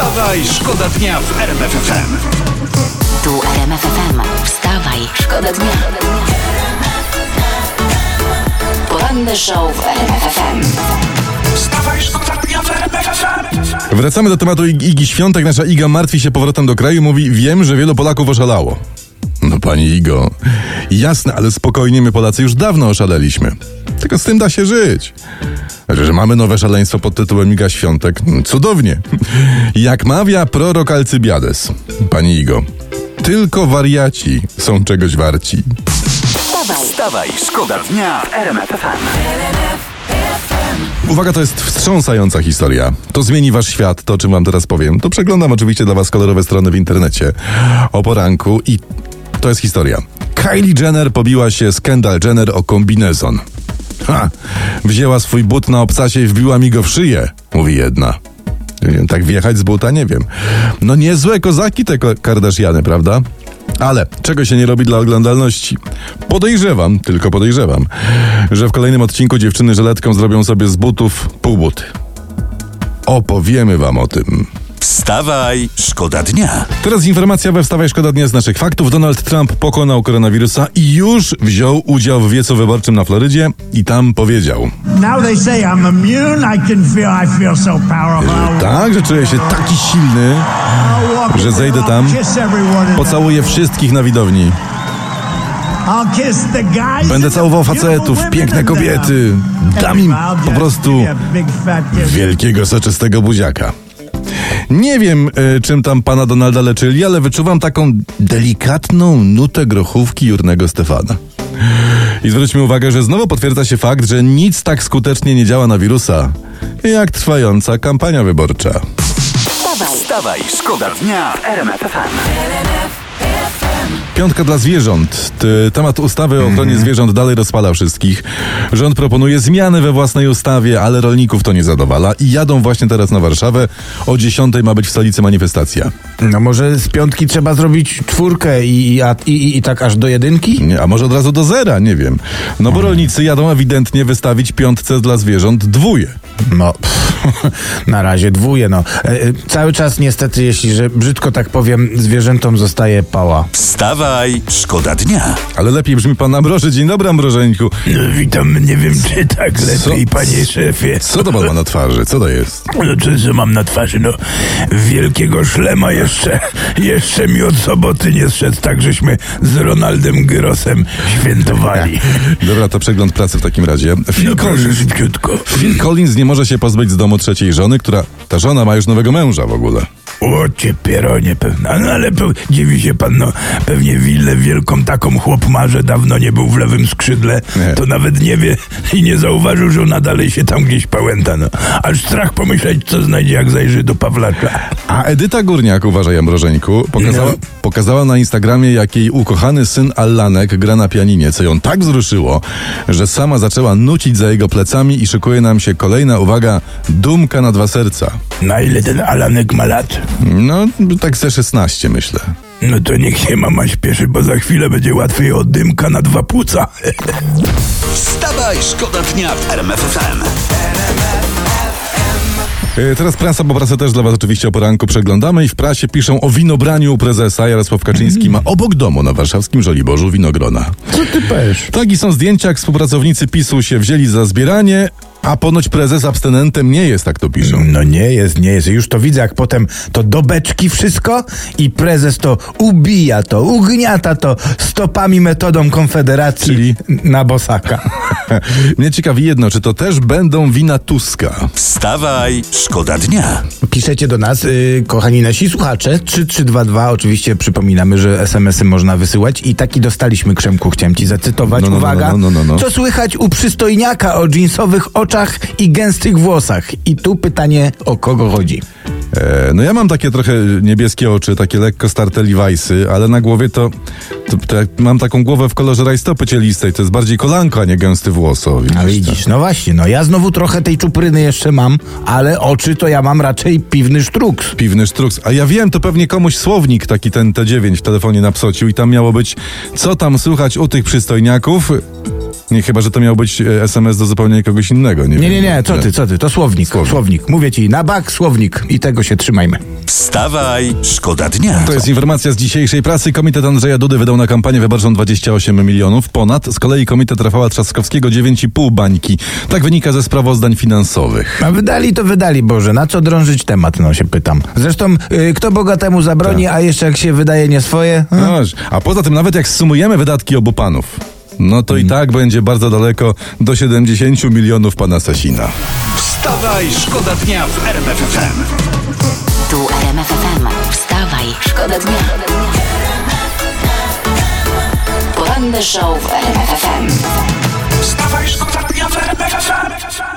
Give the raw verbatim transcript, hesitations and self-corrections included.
Wstawaj, szkoda dnia w R M F F M. Tu R M F F M. Wstawaj, szkoda dnia. Poranny show w R M F F M. Wstawaj, szkoda dnia w R M F F M. Wracamy do tematu Ig- Igi Świątek. Nasza Iga martwi się powrotem do kraju. Mówi, wiem, że wielu Polaków oszalało. No pani Igo, jasne, ale spokojnie, my Polacy już dawno oszaleliśmy. Tylko z tym da się żyć. Że, że mamy nowe szaleństwo pod tytułem Iga Świątek. Cudownie. Jak mawia prorok Alcybiades. Pani Igo, tylko wariaci są czegoś warci. Wstawaj, Wstawaj, szkoda dnia w R M F F M. Uwaga, to jest wstrząsająca historia. To zmieni wasz świat, to o czym wam teraz powiem. To przeglądam oczywiście dla was kolorowe strony w internecie o poranku i to jest historia. Kylie Jenner pobiła się z Kendall Jenner o kombinezon. Ha! Wzięła swój but na obcasie i wbiła mi go w szyję, mówi jedna. Tak wjechać z buta, nie wiem. No niezłe kozaki te Kardashiany, prawda? Ale czego się nie robi dla oglądalności? Podejrzewam, tylko podejrzewam, że w kolejnym odcinku dziewczyny żyletką zrobią sobie z butów półbuty. Opowiemy wam o tym. Wstawaj, szkoda dnia. Teraz informacja we Wstawaj Szkoda Dnia z naszych faktów. Donald Trump pokonał koronawirusa i już wziął udział w wiecu wyborczym na Florydzie i tam powiedział: Now they say I'm immune, I can feel, I feel so powerful. tak, że czuję się taki silny, I'll walk że in zejdę there, tam, I'll kiss everyone in pocałuję there. wszystkich na widowni. I'll kiss the guys Będę and całował the beautiful facetów, women piękne in there. kobiety. Dam im I'll po just prostu give you a big fat kiss. wielkiego, soczystego buziaka. Nie wiem, y, czym tam pana Donalda leczyli, ale wyczuwam taką delikatną nutę grochówki Jurnego Stefana. I zwróćmy uwagę, że znowu potwierdza się fakt, że nic tak skutecznie nie działa na wirusa, jak trwająca kampania wyborcza. wstawaj, Wstawaj, szkoda dnia w R M F F M. Piątka dla zwierząt. T- Temat ustawy o ochronie zwierząt dalej rozpala wszystkich. Rząd proponuje zmiany we własnej ustawie, ale rolników to nie zadowala i jadą właśnie teraz na Warszawę. O dziesiątej ma być w stolicy manifestacja. No może z piątki trzeba zrobić czwórkę i, i, a- i, i, i tak aż do jedynki? Nie, a może od razu do zera, nie wiem. No bo rolnicy jadą ewidentnie wystawić piątce dla zwierząt dwóje. No, pff, na razie dwóje, no. E, e, cały czas niestety, jeśli, że brzydko tak powiem, zwierzętom zostaje pała. Wstawaj, szkoda dnia. Ale lepiej brzmi pan Ambroży. Dzień dobry, Ambrożeńku. No, witam, nie wiem czy tak lepiej, Co? panie szefie. Co to pan ma na twarzy? Co to jest? No co, co mam na twarzy? No, wielkiego szlema jeszcze, jeszcze mi od soboty nie zszedł, tak żeśmy z Ronaldem Gyrosem świętowali. Dobra, to przegląd pracy w takim razie. Phil No proszę, Collins, szybciutko. Phil Collins nie może się pozbyć z domu trzeciej żony, która, ta żona ma już nowego męża w ogóle. O, cię pieronie pewna, no ale pe- dziwi się pan, no pewnie willę wielką taką chłop ma, że dawno nie był w lewym skrzydle, Nie. to nawet nie wie i nie zauważył, że ona dalej się tam gdzieś pałęta, no. Aż strach pomyśleć, co znajdzie, jak zajrzy do Pawlacza. A Edyta Górniak, uważaj Ambrożeńku, pokazała, No. pokazała na Instagramie, jak jej ukochany syn Allanek gra na pianinie, co ją tak wzruszyło, że sama zaczęła nucić za jego plecami i szykuje nam się kolejna, uwaga, dumka na dwa serca. Na ile ten Alanek ma lat? No, tak ze szesnaście myślę. No to niech się mama śpieszy, bo za chwilę będzie łatwiej od dymka na dwa płuca. Wstawaj, szkoda dnia w R M F F M. E, Teraz prasa, bo prasę też dla was oczywiście o poranku przeglądamy i w prasie piszą o winobraniu u prezesa. Jarosław Kaczyński ma obok domu na warszawskim Żoliborzu winogrona. Co ty pesz? Tak i są zdjęcia, jak współpracownicy PiSu się wzięli za zbieranie, a ponoć prezes abstynentem nie jest, tak to piszą. No nie jest, nie jest. Już to widzę, jak potem to do beczki wszystko i prezes to ubija to, ugniata to stopami metodą Konfederacji Czyli? na bosaka. Mnie ciekawi jedno, czy to też będą wina Tuska? Wstawaj, szkoda dnia. Piszecie do nas, yy, kochani nasi słuchacze, trzy trzy dwa dwa, oczywiście przypominamy, że es em esy można wysyłać i taki dostaliśmy, Krzemku, chciałem ci zacytować, No, no, no, uwaga, no, no, no, no. co słychać u przystojniaka o dżinsowych oczach i gęstych włosach? I tu pytanie, o kogo chodzi? E, no ja mam takie trochę niebieskie oczy, takie lekko starte Levi'sy, ale na głowie to, to, to jak mam taką głowę w kolorze rajstopy cielistej, to jest bardziej kolanko, a nie gęsty włos. O, A widzisz, no właśnie, no ja znowu trochę tej czupryny jeszcze mam, ale oczy to ja mam raczej piwny sztruks. Piwny sztruks. A ja wiem, to pewnie komuś słownik taki ten T dziewięć w telefonie napsocił i tam miało być, co tam słychać u tych przystojniaków. Nie, chyba, że to miał być e, es em es do zupełnie kogoś innego. Nie, Nie, wiem. nie, nie, co ty, co ty, to słownik, Słownik. słownik. Mówię ci, na bak słownik i tego się trzymajmy. Wstawaj, szkoda dnia. To jest informacja z dzisiejszej prasy. Komitet Andrzeja Dudy wydał na kampanię wyborczą dwadzieścia osiem milionów ponad. Z kolei komitet Rafała Trzaskowskiego dziewięć i pół bańki. Tak wynika ze sprawozdań finansowych. A wydali to wydali, Boże, na co drążyć temat, no się pytam. Zresztą, y, kto bogatemu zabroni, a jeszcze jak się wydaje nie swoje? Hmm? No, a poza tym nawet jak sumujemy wydatki obu panów, no to i tak będzie bardzo daleko do siedemdziesięciu milionów pana Sasina. Wstawaj, szkoda dnia w R M F F M. Tu R M F F M. Wstawaj, szkoda dnia. Poranny show w R M F F M. Wstawaj, szkoda dnia w R M F F M.